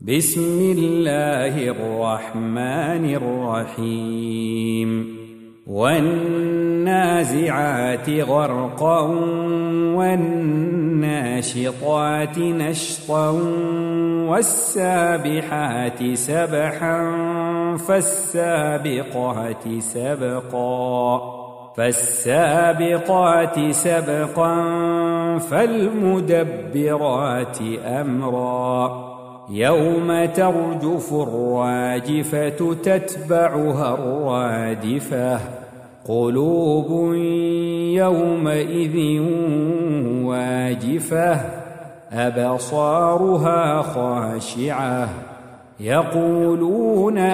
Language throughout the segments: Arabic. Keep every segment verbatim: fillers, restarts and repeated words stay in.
بسم الله الرحمن الرحيم والنازعات غرقا والناشطات نشطا والسابحات سبحا فالسابقات سبقا فالسابقات سبقا فالمدبرات أمرا يوم ترجف الراجفة تتبعها الرادفة قلوب يومئذ واجفة أبصارها خاشعة يقولون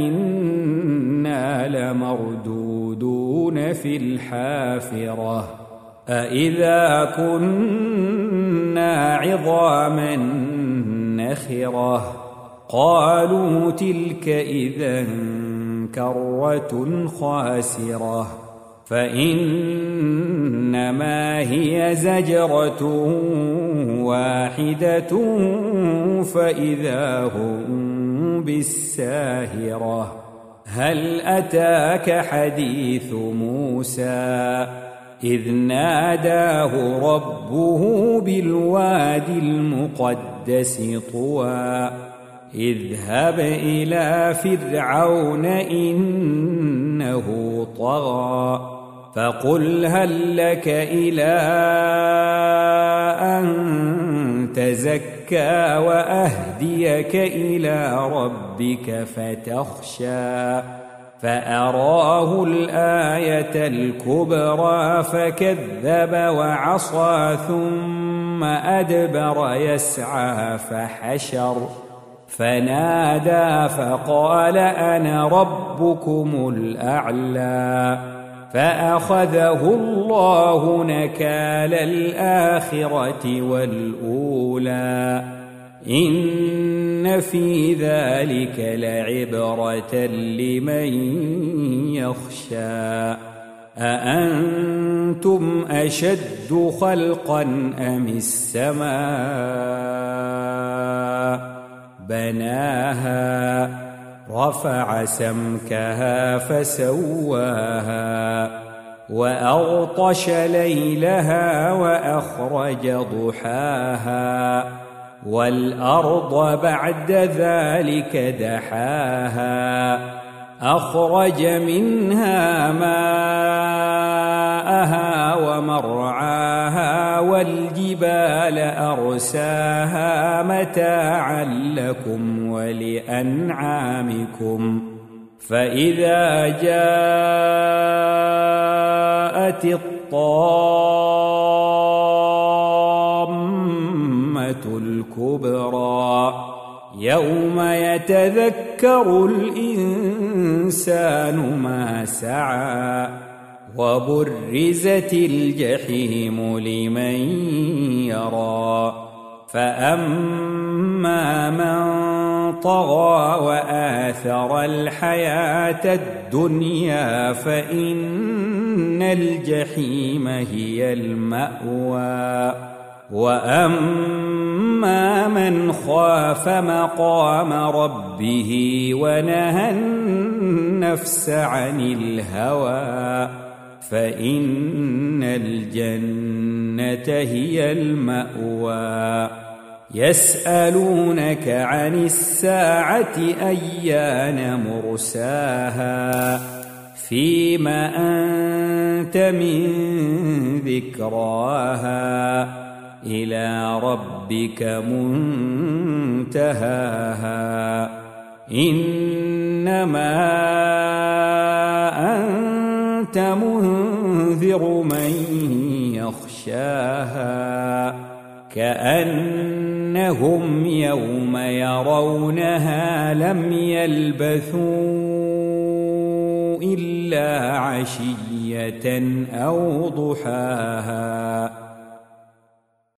أئنا لمردودون في الحافرة أإذا كنا عظاما نخرة قالوا تلك إذا كرة خاسرة فإنما هي زجرة واحدة فإذا هم بالساهرة هل أتاك حديث موسى إذ ناداه ربه بالوادي المقدس طوى اذهب إلى فرعون إنه طغى فقل هل لك إلى أن تزكى وأهديك إلى ربك فتخشى فأراه الآية الكبرى فكذب وعصى ثم أدبر يسعى فحشر فنادى فقال أنا ربكم الأعلى فأخذه الله نكال الآخرة والأولى إن في ذلك لعبرة لمن يخشى أأنتم أشد خلقا أم السماء بناها رفع سمكها فسواها وأغطش ليلها وأخرج ضحاها والأرض بعد ذلك دحاها أخرج منها ماءها ومرعاها والجبال أرساها متاعا لكم ولأنعامكم فإذا جاءت الطامة الكبرى يوم يتذكر الإنسان ما سعى وبرزت الجحيم لمن يرى فأما من طغى وآثر الحياة الدنيا فإن الجحيم هي المأوى وأما من خاف مقام ربه ونهى النفس عن الهوى فإن الجنة هي المأوى يسألونك عن الساعة أيان مرساها فيم أنت من ذكراها إلى ربك منتهاها إنما أنت منذر من يخشاها كأنهم يوم يرونها لم يلبثوا إلا عشية أو ضحاها